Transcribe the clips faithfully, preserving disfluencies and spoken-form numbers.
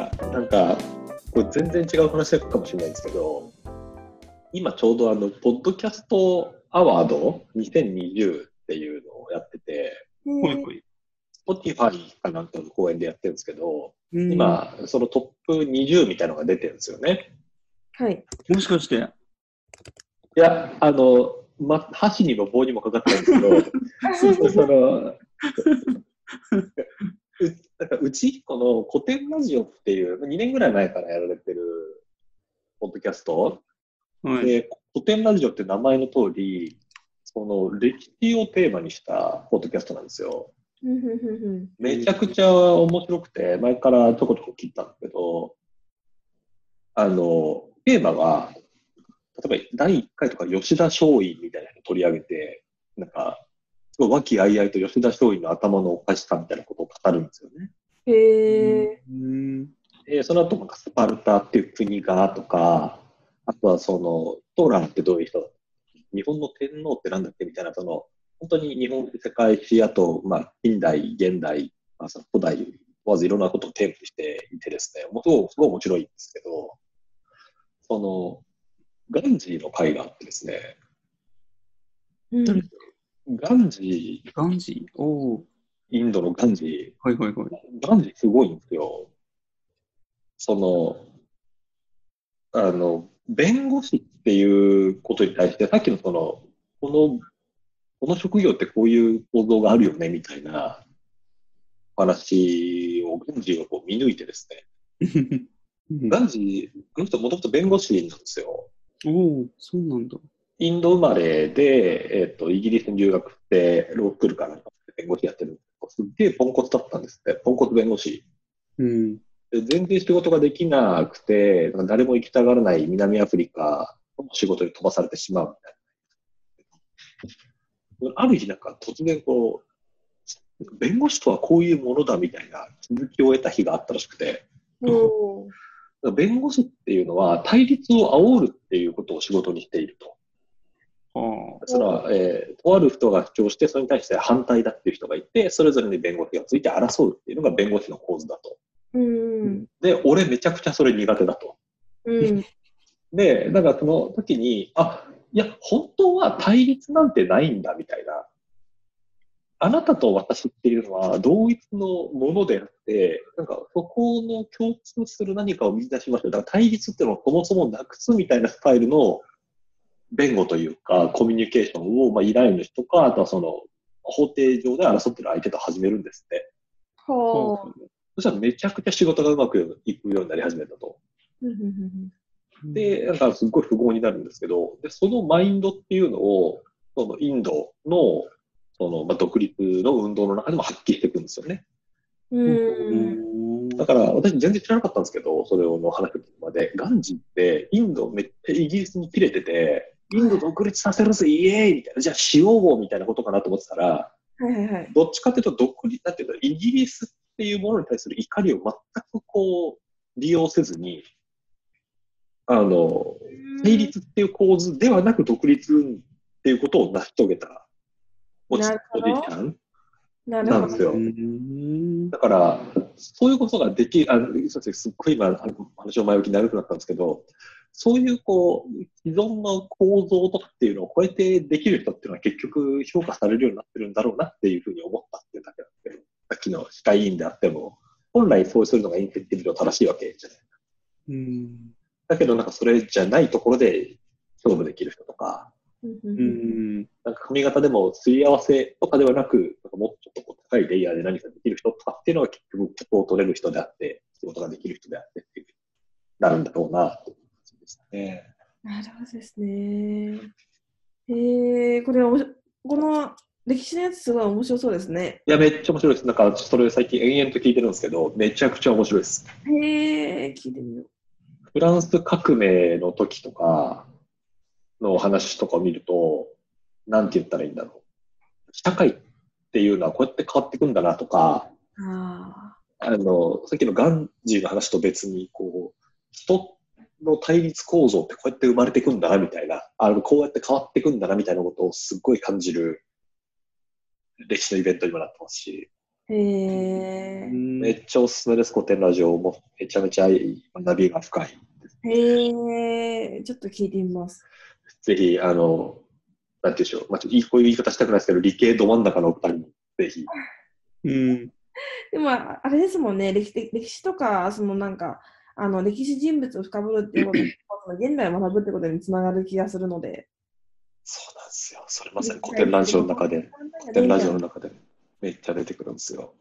や、なんかこれ全然違う話かもしれないんですけど、今ちょうどあのポッドキャストアワードにせんにじゅうっていうのをやってて、 ほいほい。 Spotify かなんかの公演でやってるんですけど、 うん今そのトップにじゅうみたいなのが出てるんですよね。 はい。 もしかして。 いや、あの、ま、箸にも棒にもかかってないんですけど、その、うなんかうちいっこの古典ラジオっていうにねんぐらい前からやられてるポッドキャスト、 はい。 で、古典ラジオって名前の通り、その歴史をテーマにしたポッドキャストなんですよ。めちゃくちゃ面白くて、前からちょこちょこ聞いたんだけど、あの、テーマが、例えばだいいっかいとか吉田松陰みたいなのを取り上げて、なんか、すごい和気あいあいと吉田松陰の頭のおかしさみたいなことを語るんですよね。 へー。 うんで、その後、なんかスパルタっていう国がとか、あとはその、トーランってどういう人だ、日本の天皇ってなんだっけみたいな、その、本当に日本世界史、あと、まあ、近代、現代、まあ、その古代、問わずいろんなことをテーマにしていてですね、もうすごい、すごい面白いんですけど、その、ガンジーの会があってですね、 うん、 ガンジー、 ガンジー。おー。 インドのガンジはいはいはい。 ー、ガンジーすごいんですよ。その、あの、弁護士っていうことに対して、さっきのその、この、この職業ってこういう構造があるよね、みたいな話をガンジーがこう見抜いてですね、ガンジー、この人もともと弁護士なんですよ。 おー、そうなんだ。 インド生まれで、えっと、イギリスに留学して、ロースクールから弁護士やってるんですけど、すっげえポンコツだったんですって。ポンコツ弁護士。 うん。 で全然仕事ができなくて、なんか誰も行きたがらない南アフリカの仕事に飛ばされてしまうみたいな。ある日なんか突然こう、弁護士とはこういうものだみたいな気づきを得た日があったらしくて、 おー。 弁護士っていうのは対立を煽るっていうことを仕事にしていると。 はそれは、えーとある人が主張して、それに対して反対だっていう人がいて、それぞれに弁護士がついて争うっていうのが弁護士の構図だと。 うん。 で、俺めちゃくちゃそれ苦手だと。 うん。 で、だからその時に、あ、いや、本当は対立なんてないんだみたいな。あなたと私っていうのは同一のものであって、なんかそこの共通する何かを見出しましょう。だから対立っていうのをそもそもなくすみたいなスタイルの弁護というか、コミュニケーションを、まあ、依頼主とか、あとはその、法廷上で争ってる相手と始めるんですって。 あ。 はあ。 そしたらめちゃくちゃ仕事がうまくいくようになり始めたと。で、なんかすっごい富豪になるんですけど、で、そのマインドっていうのを、そのインドの、その、まあ、独立の運動の中でも発揮していくんですよね。 うん。 だから私全然知らなかったんですけど、それをの話聞くまで、ガンジーってインドめっちゃイギリスに切れてて、インド独立させるぜ、イエーイみたいな、じゃあしようみたいなことかなと思ってたら、 はいはいはい。 どっちかというと独立、だっていうのイギリスっていうものに対する怒りを全くこう、利用せずに、あの、対立っていう構図ではなく独立っていうことを成し遂げたおじいちゃんなるほど。 なんですよ。だから、そういうことができる、あのすっごい今、話の前置き長くなったんですけど、そういうこう、既存の構造とかっていうのを超えてできる人っていうのは結局評価されるようになってるんだろうなっていうふうに思ったっていうだけなんですけど、さっきの歯科医院であっても、本来そうするのがインセンティブ上正しいわけじゃない。 うん。 だけどなんかそれじゃないところで勝負できる人とか、 うん。 なんか髪型でもすり合わせとかではなく、なんかもうちょっと高いレイヤーで何かできる人とかっていうのは結局曲を取れる人であって、仕事ができる人であってっていうなるんだろうなと思いましたね。 なるほどですね。へえ、これはおもしこの歴史のやつすごい面白そうですね。 いや、めっちゃ面白いです。なんか、それ最近延々と聞いてるんですけど、めちゃくちゃ面白いです。 へえ、聞いてみよう。 フランス革命の時とかの話とかを見ると、なんて言ったらいいんだろう。社会っていうのはこうやって変わっていくんだなとか、 ああの、さっきのガンジーの話と別に、こう、人の対立構造ってこうやって生まれていくんだなみたいな、あの、こうやって変わっていくんだなみたいなことをすっごい感じる歴史のイベントにもなってますし、 へー。 めっちゃおすすめです、古典ラジオも。めちゃめちゃ学びが深い。 へー。ちょっと聞いてみます。 ぜひ、あの、なんていうんでしょう。まあ、ちょっといいこういう言い方したくないですけど、理系ど真ん中のお二人に、ぜひ。 うん。 でも、あれですもんね、歴史歴史とか、そのなんか、あの歴史人物を深掘るっていうことが、その現代を学ぶってことにつながる気がするので、 そうなんですよ。それまさに歴史古典ラジオの中で、 大事だ古典ラジオよねの中でめっちゃ出てくるんですよ。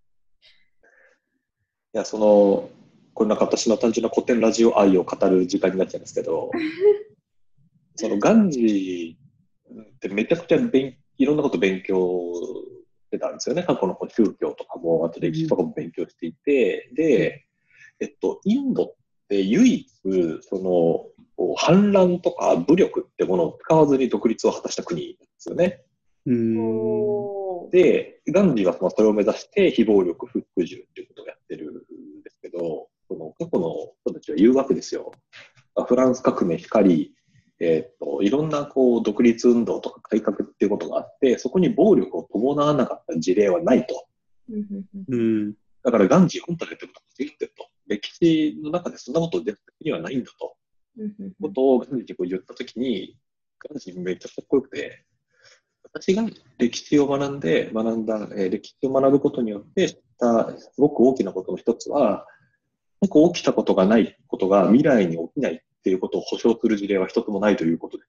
いや、その、これなんか私の単純な古典ラジオ愛を語る時間になっちゃうんですけど、そのガンジーってめちゃくちゃ勉いろんなこと勉強してたんですよね。過去の宗教とかも、あと歴史とかも勉強していて、で、えっと、インドって唯一、その、反乱とか武力ってものを使わずに独立を果たした国なんですよね。 うん。 おー。 で、ガンジーはそれを目指して非暴力不服従っていうことをやってるんですけど、その過去の人たちは言うわけですよ。フランス革命しかり、えー、といろんなこう独立運動とか改革っていうことがあって、そこに暴力を伴わなかった事例はないと。 うん。 だからガンジー本体で言ってことができてると。歴史の中でそんなこと出た時にはないんだと。ことをガンジーが言ったときに、ガンジーめっちゃかっこよくて、私が歴史を学んで、学んだ、えー、歴史を学ぶことによって知ったすごく大きなことの一つは、過去起きたことがないことが未来に起きないっていうことを保証する事例は一つもないということです。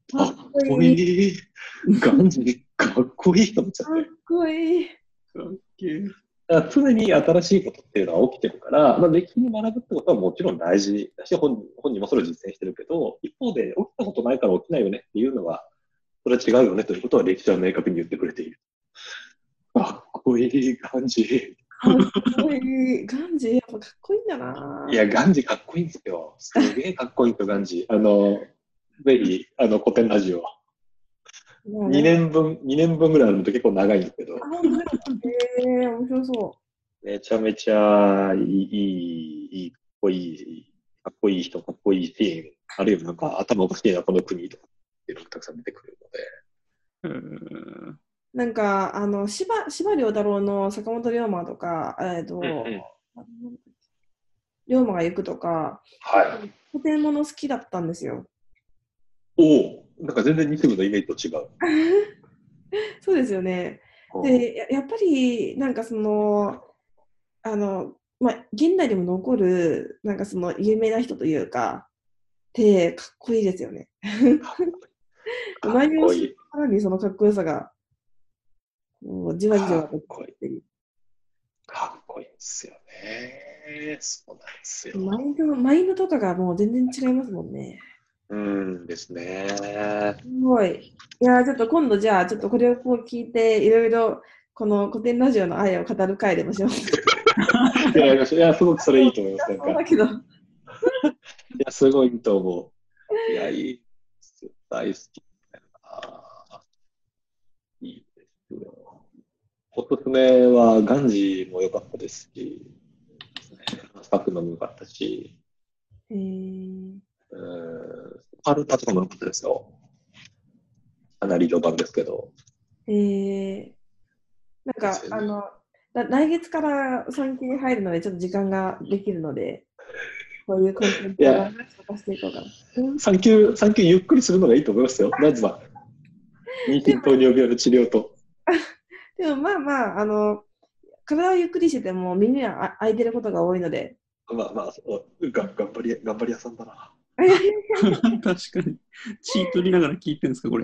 かっこいい。ガンジーかっこいいと思っちゃって。 かっこいい。 かっけえ。 だから常に新しいことっていうのは起きてるから、まあ、歴史に学ぶってことはもちろん大事だし、本本人もそれを実践してるけど、一方で起きたことないから起きないよねっていうのは、それは違うよねということは歴史は明確に言ってくれている。かっこいい、ガンジー。 かっこいい。ガンジーやっぱかっこいいんだな。 いや、ガンジーかっこいいんですよ。すげえかっこいいよ、ガンジー。あの、ぜひ、あの、古典ラジオ。にねんぶん、にねんぶんぐらいあるのと結構長いんですけど。 あ、本当ですか。へえ、面白そめちゃめちゃいい、いい、いいかっこいい、かっこいい人、かっこいいシーン、あるいはなんか頭おかしいな、この国とかっていうのがたくさん出てくるので。 うん。 う。なんか、あの、司馬司馬遼太郎の坂本龍馬とか、えっと、 うんうん、 龍馬が行くとか、 はい。 古典物好きだったんですよ。 おお、なんか全然ニセムのイメージと違う。 そうですよね。で、ややっぱり、なんかその、あの、まあ、現代でも残る、なんかその有名な人というか、ってかっこいいですよね。 かっ内容こいい。 さらにそのかっこよさが、こうじわじわとかっこいい。かっこいいですよね。そうなんですよ。 マインドの、マインドとかがもう全然違いますもんね。 うんですね。 すごい。いやー、ちょっと今度じゃあ、ちょっとこれをこう聞いて、いろいろこの古典ラジオの愛を語る回でもします。 いや、いや、すごくそれいいと思います。なんか、 そうだけど。 いや、すごいいいと思う。いや、いい。大好き。あいいですよ。おすすめは、ガンジーも良かったですし、スパクのも良かったし、 へー。 うーん、パルタとかも良かったですよ。かなり序盤ですけど。 へー。なんか、あの、ら来月から産休に入るので、ちょっと時間ができるので、こういうコンテンツをいや、 紹介していこうかな。 産休、産休ゆっくりするのがいいと思いますよ。まずは、妊娠糖尿病の治療と。 でもまあまあ、あの、体をゆっくりしてても耳はあ開いてることが多いので。 まあまあ、そうが頑張り、頑張り屋さんだな。 確かに。血取りながら聞いてるんですか、これ。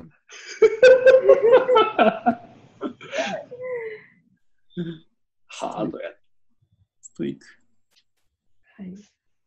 ハードや。 ストイック。 はい。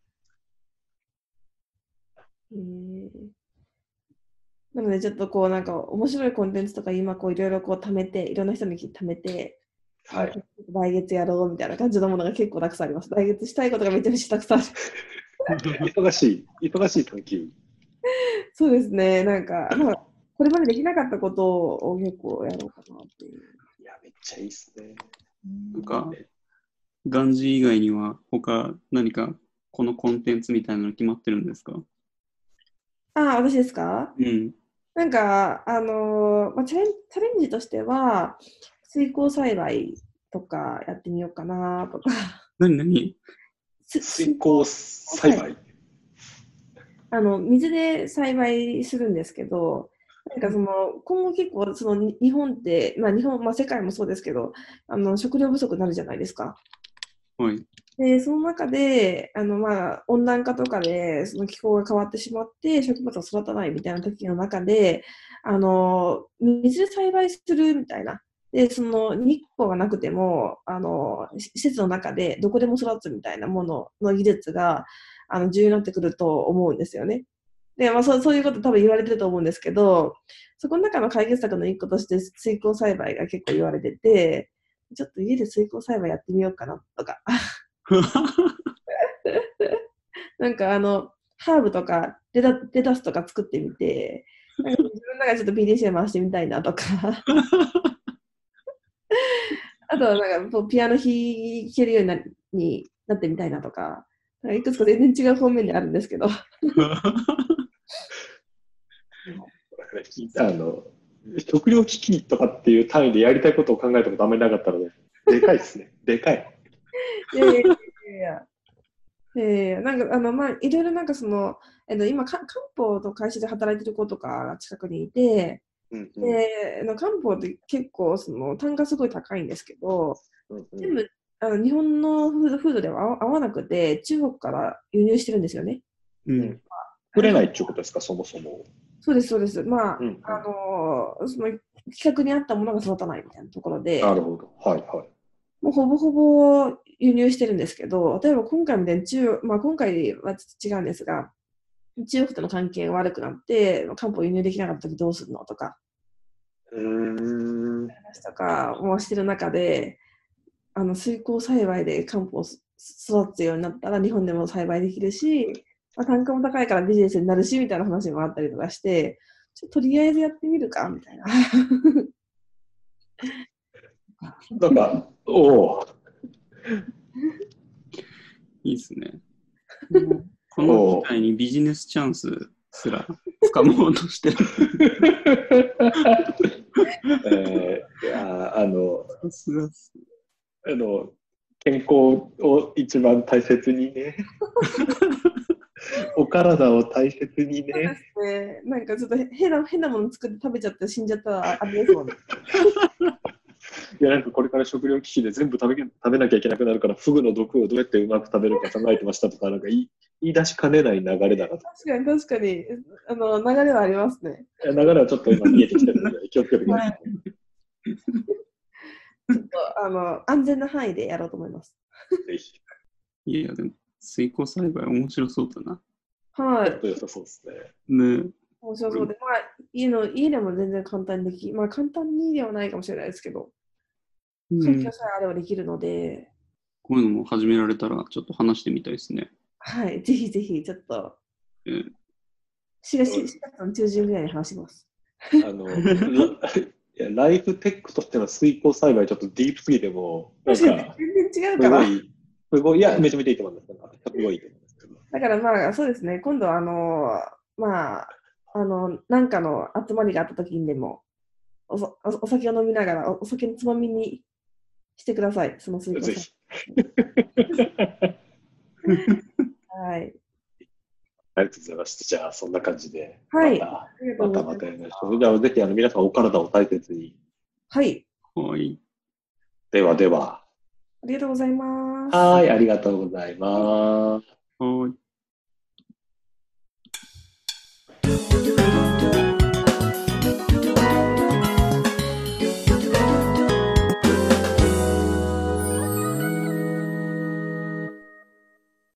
えー、なのでちょっとこうなんか面白いコンテンツとか今こういろいろこう貯めて、いろんな人に貯めて、 はい。 来月やろうみたいな感じのものが結構たくさんあります。来月したいことがめちゃめちゃたくさんある。 忙しい、忙しい探求。 そうですね、なんか、まあ、これまでできなかったことを結構やろうかなっていう。 いや、めっちゃいいっすね。 なんか、ガンジー以外には他何かこのコンテンツみたいなの決まってるんですか？ ああ、私ですか？ うん。 なんか、あのーまあ、チャレン、チャレンジとしては、水耕栽培とかやってみようかなとか。 何何す水耕栽はい培。 あの水で栽培するんですけど、なんかその今後結構そのに日本って、まあ、日本、まあ、世界もそうですけど、あの食料不足になるじゃないですか。 はい。 で、その中で、あの、まあ、温暖化とかで、その気候が変わってしまって、植物が育たないみたいな時の中で、あの、水で栽培するみたいな。で、その日光がなくても、あの、し施設の中でどこでも育つみたいなものの技術が、あの、重要になってくると思うんですよね。で、まあ、そう、そういうこと多分言われてると思うんですけど、そこの中の解決策の一個として水耕栽培が結構言われてて、ちょっと家で水耕栽培やってみようかなとか。なんかあの、ハーブとかレタ、レタスとか作ってみて、なんか自分の中でちょっと ピーディーシー 回してみたいなとか、あとはなんかこうピアノ弾けるようになになってみたいなとか、なんかいくつか全然違う方面であるんですけど。 あの、食料危機とかっていう単位でやりたいことを考えたことあんまりなかったので、でかいですね。でかい。 いやいやいやいや。えー、なんかあの、まあ、いろいろなんかその、えっと、今か、漢方の会社で働いてる子とかが近くにいて、 うんうんで、あの漢方って結構その単価すごい高いんですけど、 うんうん全部あの日本のフード、フードでは合わ合わなくて、中国から輸入してるんですよね。 うん。 作れないっていうことですか、そもそも。 そうです、そうです。まあ、 うんうんあのその規格に合ったものが育たないみたいなところで、 なるほど。はいはい。 もうほぼほぼ輸入してるんですけど、例えば今回みたいに中、まあ、今回はちょっと違うんですが、中国との関係が悪くなって、漢方輸入できなかった時どうするのとか、 うーん。 話とかもしてる中で、あの水耕栽培で漢方を育つようになったら日本でも栽培できるし、まあ、単価も高いからビジネスになるしみたいな話もあったりとかして、ちょっととりあえずやってみるかみたいな。 なんか、おお。 いいですね。この機会にビジネスチャンスすら掴もうとしてる。 えー、いやあの、 さすがっす。 あの、健康を一番大切にね。お体を大切にそうでね。 すね。なんかちょっと変な変なもの作って食べちゃって死んじゃったらあれですもんね。 いや、なんかこれから食料危機で全部食べ食べなきゃいけなくなるから、フグの毒をどうやってうまく食べるか考えてましたとか、なんか言い言い出しかねない流れだなと。 確かに確かにあの流れはありますね。 いや流れはちょっと今見えてきてるので、気をつけてください。 はいちょっとあの安全な範囲でやろうと思います。 ぜひ。 いや、でも、水耕栽培面白そうだな。 はい。 ちょっと良さそうですね。 ね。 面白そうで、まあ、家の家でも全然簡単にでき、まあ簡単にではないかもしれないですけど、 うん環境さえあればできるので、 こういうのも始められたら、ちょっと話してみたいですね。 はい、ぜひぜひちょっとうんしがつの中旬ぐらいに話します。 あの、ラいやライフテックとしての水耕栽培ちょっとディープすぎても、なん確かにか、 全然違うすから。 ごい、すごい、いや、めちゃめちゃいいと思います。すごいいいと思いますけど。 だからまあそうですね、今度あの、まあ、あの、なんかの集まりがあった時にでも、おそおお酒を飲みながらお、お酒のつまみにしてください、その水耕ぜさひ。 ん。はい。 ありがとうございました。じゃあ、そんな感じで、 はい。 また、 ありがとまたうございます。 またやりましょう。じゃあ、ぜひ、あの、皆さんお体を大切に。 はい。 はい。 ではでは。 ありがとうございます。 はい、ありがとうございます。 はい。